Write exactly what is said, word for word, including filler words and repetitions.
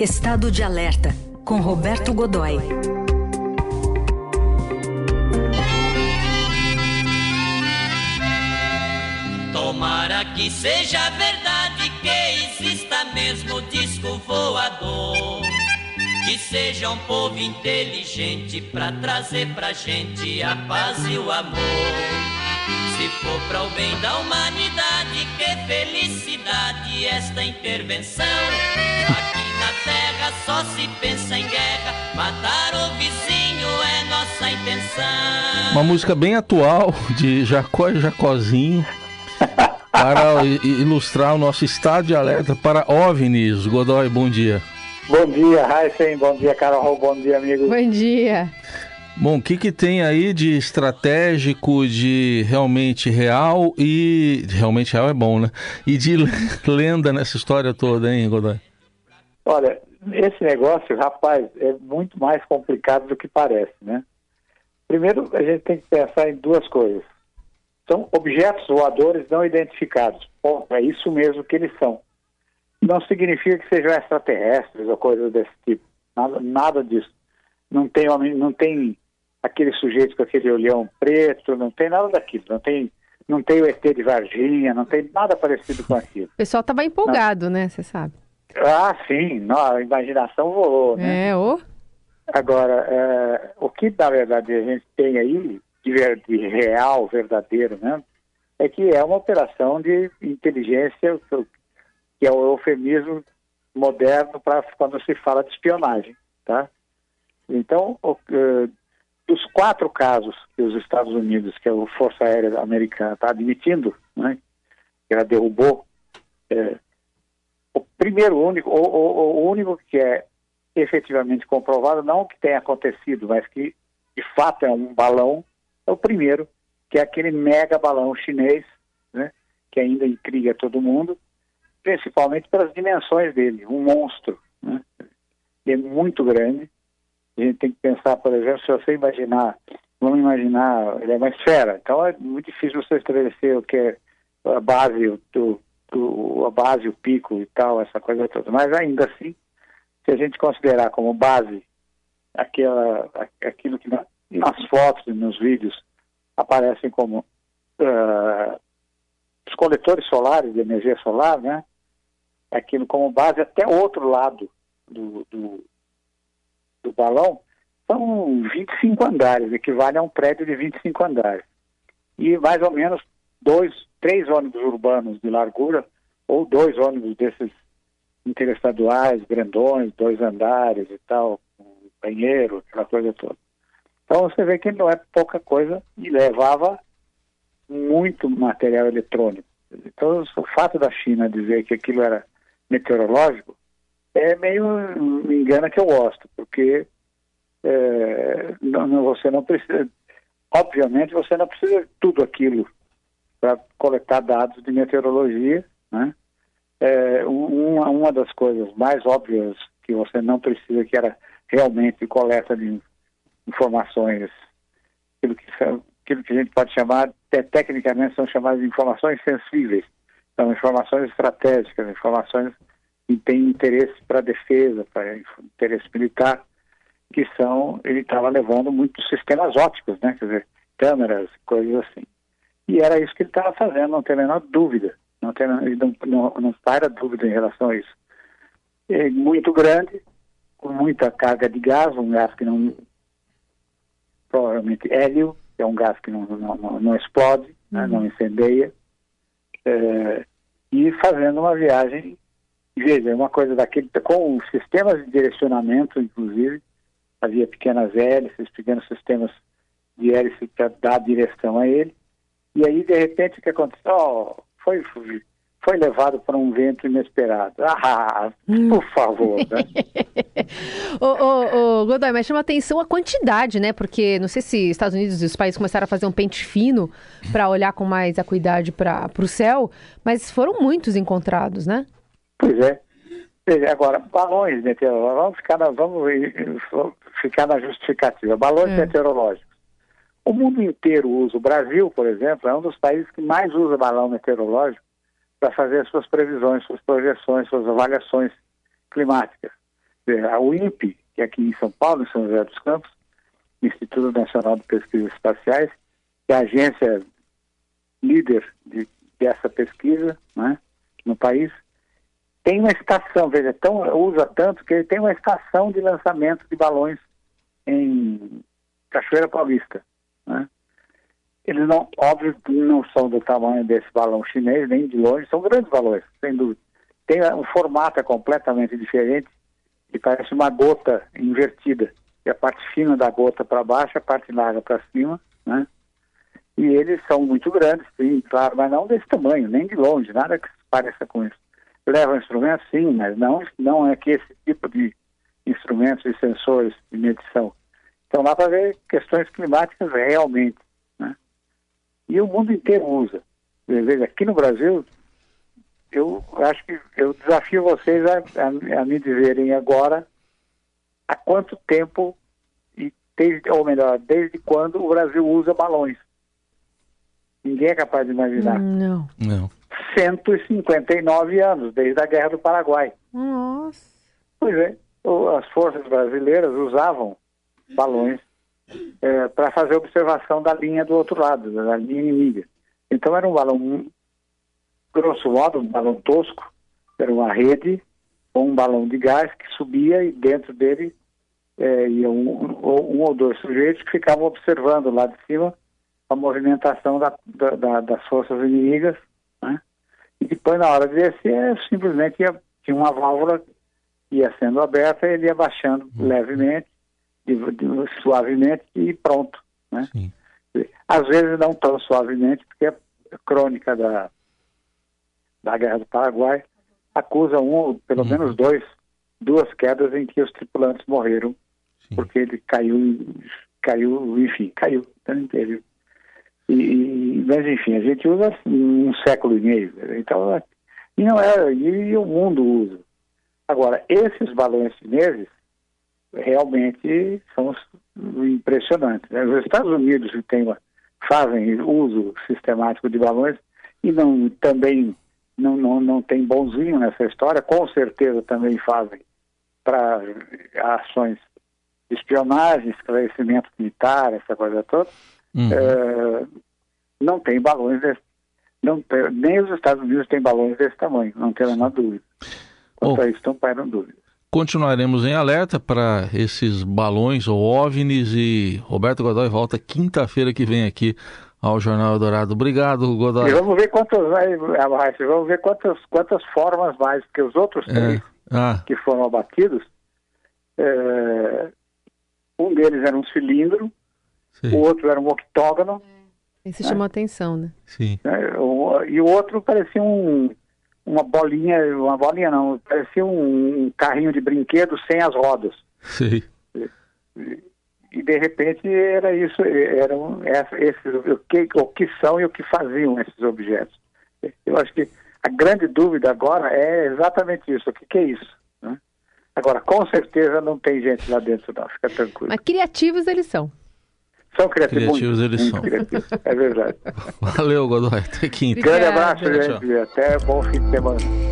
Estado de Alerta, com Roberto Godoy. Tomara que seja verdade que exista mesmo disco voador, que seja um povo inteligente pra trazer pra gente a paz e o amor. Se for para o bem da humanidade, que felicidade esta intervenção. Aqui na terra só se pensa em guerra, matar o vizinho é nossa intenção. Uma música bem atual de Jacó e Jacozinho para ilustrar o nosso estado de alerta para OVNIs. Godoy, bom dia. Bom dia, Raíssen. Bom dia, Carol. Bom dia, amigo. Bom dia. Bom, o que, que tem aí de estratégico, de realmente real e... Realmente real é bom, né? E de lenda nessa história toda, hein, Godoy? Olha, esse negócio, rapaz, é muito mais complicado do que parece, né? Primeiro, a gente tem que pensar em duas coisas. São objetos voadores não identificados. Bom, é isso mesmo que eles são. Não significa que sejam extraterrestres ou coisas desse tipo. Nada, nada disso. Não tem, não tem aquele sujeito com aquele olhão preto, não tem nada daquilo. Não tem, não tem o E T de Varginha, não tem nada parecido com aquilo. O pessoal estava empolgado, não. né? Você sabe. Ah, sim. Não, a imaginação voou, né? É, ô. Agora, é, o que na verdade a gente tem aí, de, ver, de real, verdadeiro, né? É que é uma operação de inteligência, que é o eufemismo moderno para quando se fala de espionagem, tá? Então, o, uh, dos quatro casos que os Estados Unidos, que é a Força Aérea Americana, está admitindo, né, que ela derrubou, é, o primeiro, único, o, o, o único que é efetivamente comprovado, não que tenha acontecido, mas que de fato é um balão, é o primeiro, que é aquele mega balão chinês, né, que ainda intriga todo mundo, principalmente pelas dimensões dele, um monstro, né? Ele é muito grande. A gente tem que pensar, por exemplo, se você imaginar, vamos imaginar, ele é uma esfera, então é muito difícil você estabelecer o que é a base, o, o, a base, o pico e tal, essa coisa toda. Mas ainda assim, se a gente considerar como base aquela, aquilo que na, nas fotos e nos vídeos aparecem como uh, os coletores solares de energia solar, né? Aquilo como base até o outro lado do, do, do balão, são vinte e cinco andares, equivale a um prédio de vinte e cinco andares. E mais ou menos dois, três ônibus urbanos de largura, ou dois ônibus desses interestaduais, grandões, dois andares e tal, um banheiro, aquela coisa toda. Então você vê que não é pouca coisa e levava muito material eletrônico. Então o fato da China dizer que aquilo era meteorológico é meio me engana que eu gosto, porque é, não, não, você não precisa, obviamente você não precisa de tudo aquilo para coletar dados de meteorologia, né? É, uma, uma das coisas mais óbvias que você não precisa, que era realmente coleta de informações, aquilo que, aquilo que a gente pode chamar, te, tecnicamente são chamadas de informações sensíveis. São informações estratégicas, informações que têm interesse para a defesa, para interesse militar, que são, ele estava levando muitos sistemas ópticos, né? Quer dizer, câmeras, coisas assim. E era isso que ele estava fazendo, não tem a menor dúvida, não tem, não, não, não para dúvida em relação a isso. É muito grande, com muita carga de gás, um gás que não, provavelmente hélio, que é um gás que não, não, não, não explode, uhum. né? Não incendeia. É, e fazendo uma viagem, veja, uma coisa daquele, com sistemas de direcionamento, inclusive, havia pequenas hélices, pequenos sistemas de hélice para dar direção a ele, e aí, de repente, o que aconteceu? Oh, foi, foi levado por um vento inesperado. Ah, por favor, né? ô, ô, ô, Godoy, mas chama atenção a quantidade, né? Porque não sei se Estados Unidos e os países começaram a fazer um pente fino para olhar com mais acuidade para o céu, mas foram muitos encontrados, né? Pois é. Agora, balões meteorológicos, vamos ficar na, vamos ficar na justificativa. Balões é. meteorológicos. O mundo inteiro usa. O Brasil, por exemplo, é um dos países que mais usa balão meteorológico para fazer suas previsões, suas projeções, suas avaliações climáticas. dizer, a U I N P, que é aqui em São Paulo, em São José dos Campos, Instituto Nacional de Pesquisas Espaciais, que é a agência líder de, dessa pesquisa, né, no país, tem uma estação, veja, tão, usa tanto que ele tem uma estação de lançamento de balões em Cachoeira Paulista, né? Eles não, óbvio que não são do tamanho desse balão chinês, nem de longe, são grandes balões, sem dúvida. Tem um formato é completamente diferente e parece uma gota invertida. E a parte fina da gota para baixo, a parte larga para cima, né? E eles são muito grandes, sim, claro, mas não desse tamanho, nem de longe, nada que se pareça com isso. Levam instrumentos, sim, mas não, não é que esse tipo de instrumentos e sensores de medição. Então lá para ver questões climáticas realmente, né? E o mundo inteiro usa. Veja, aqui no Brasil, eu acho que eu desafio vocês a, a, a me dizerem agora há quanto tempo, e desde, ou melhor, desde quando o Brasil usa balões. Ninguém é capaz de imaginar. Não. Não. cento e cinquenta e nove anos, desde a Guerra do Paraguai. Nossa. Pois é, as forças brasileiras usavam balões é, para fazer observação da linha do outro lado, da linha inimiga. Então era um balão, grosso modo, um balão tosco, era uma rede ou um balão de gás que subia e dentro dele é, iam um, um ou dois sujeitos que ficavam observando lá de cima a movimentação da, da, da, das forças inimigas, né? E depois, na hora de descer, simplesmente ia, tinha uma válvula, ia sendo aberta, ele ia baixando uhum. levemente, de, de, suavemente e pronto, né? Sim. Às vezes não tão suavemente, porque a crônica da, da Guerra do Paraguai acusa um, ou pelo uhum. menos dois, duas quedas em que os tripulantes morreram, sim. porque ele caiu, caiu, enfim, caiu, então inteiro. E, mas enfim, a gente usa um século e meio, então, e não é, e, e o mundo usa. Agora, esses balões chineses realmente são impressionantes, né? Os Estados Unidos tem uma, fazem uso sistemático de balões e não, também não, não, não tem bonzinho nessa história, com certeza também fazem para ações de espionagem, esclarecimento militar, essa coisa toda. Uhum. É, não tem balões desse, não tem, nem os Estados Unidos têm balões desse tamanho, não tem a menor dúvida. Quanto oh, a isso, estão pairando dúvidas. Continuaremos em alerta para esses balões ou OVNIs e Roberto Godoy volta quinta-feira que vem aqui ao Jornal Eldorado. Obrigado, Godoy. E vamos ver quantas, vamos ver quantas, quantas formas mais, porque os outros três é. ah. que foram abatidos, é, um deles era um cilindro, sim. o outro era um octógono. Esse né? chamou atenção, né? Sim. É, o, e o outro parecia um, uma bolinha, uma bolinha não, parecia um, um carrinho de brinquedo sem as rodas. Sim. E, e, e de repente era isso, eram esses, o que, o que são e o que faziam esses objetos. Eu acho que a grande dúvida agora é exatamente isso, o que, que é isso? Né? Agora, com certeza não tem gente lá dentro não, fica tranquilo. Mas criativos eles são. São criativos, criativos muito, eles muito são. Criativos. É verdade. Valeu, Godoy. Até quinta. Grande abraço, gente. Até bom fim de semana.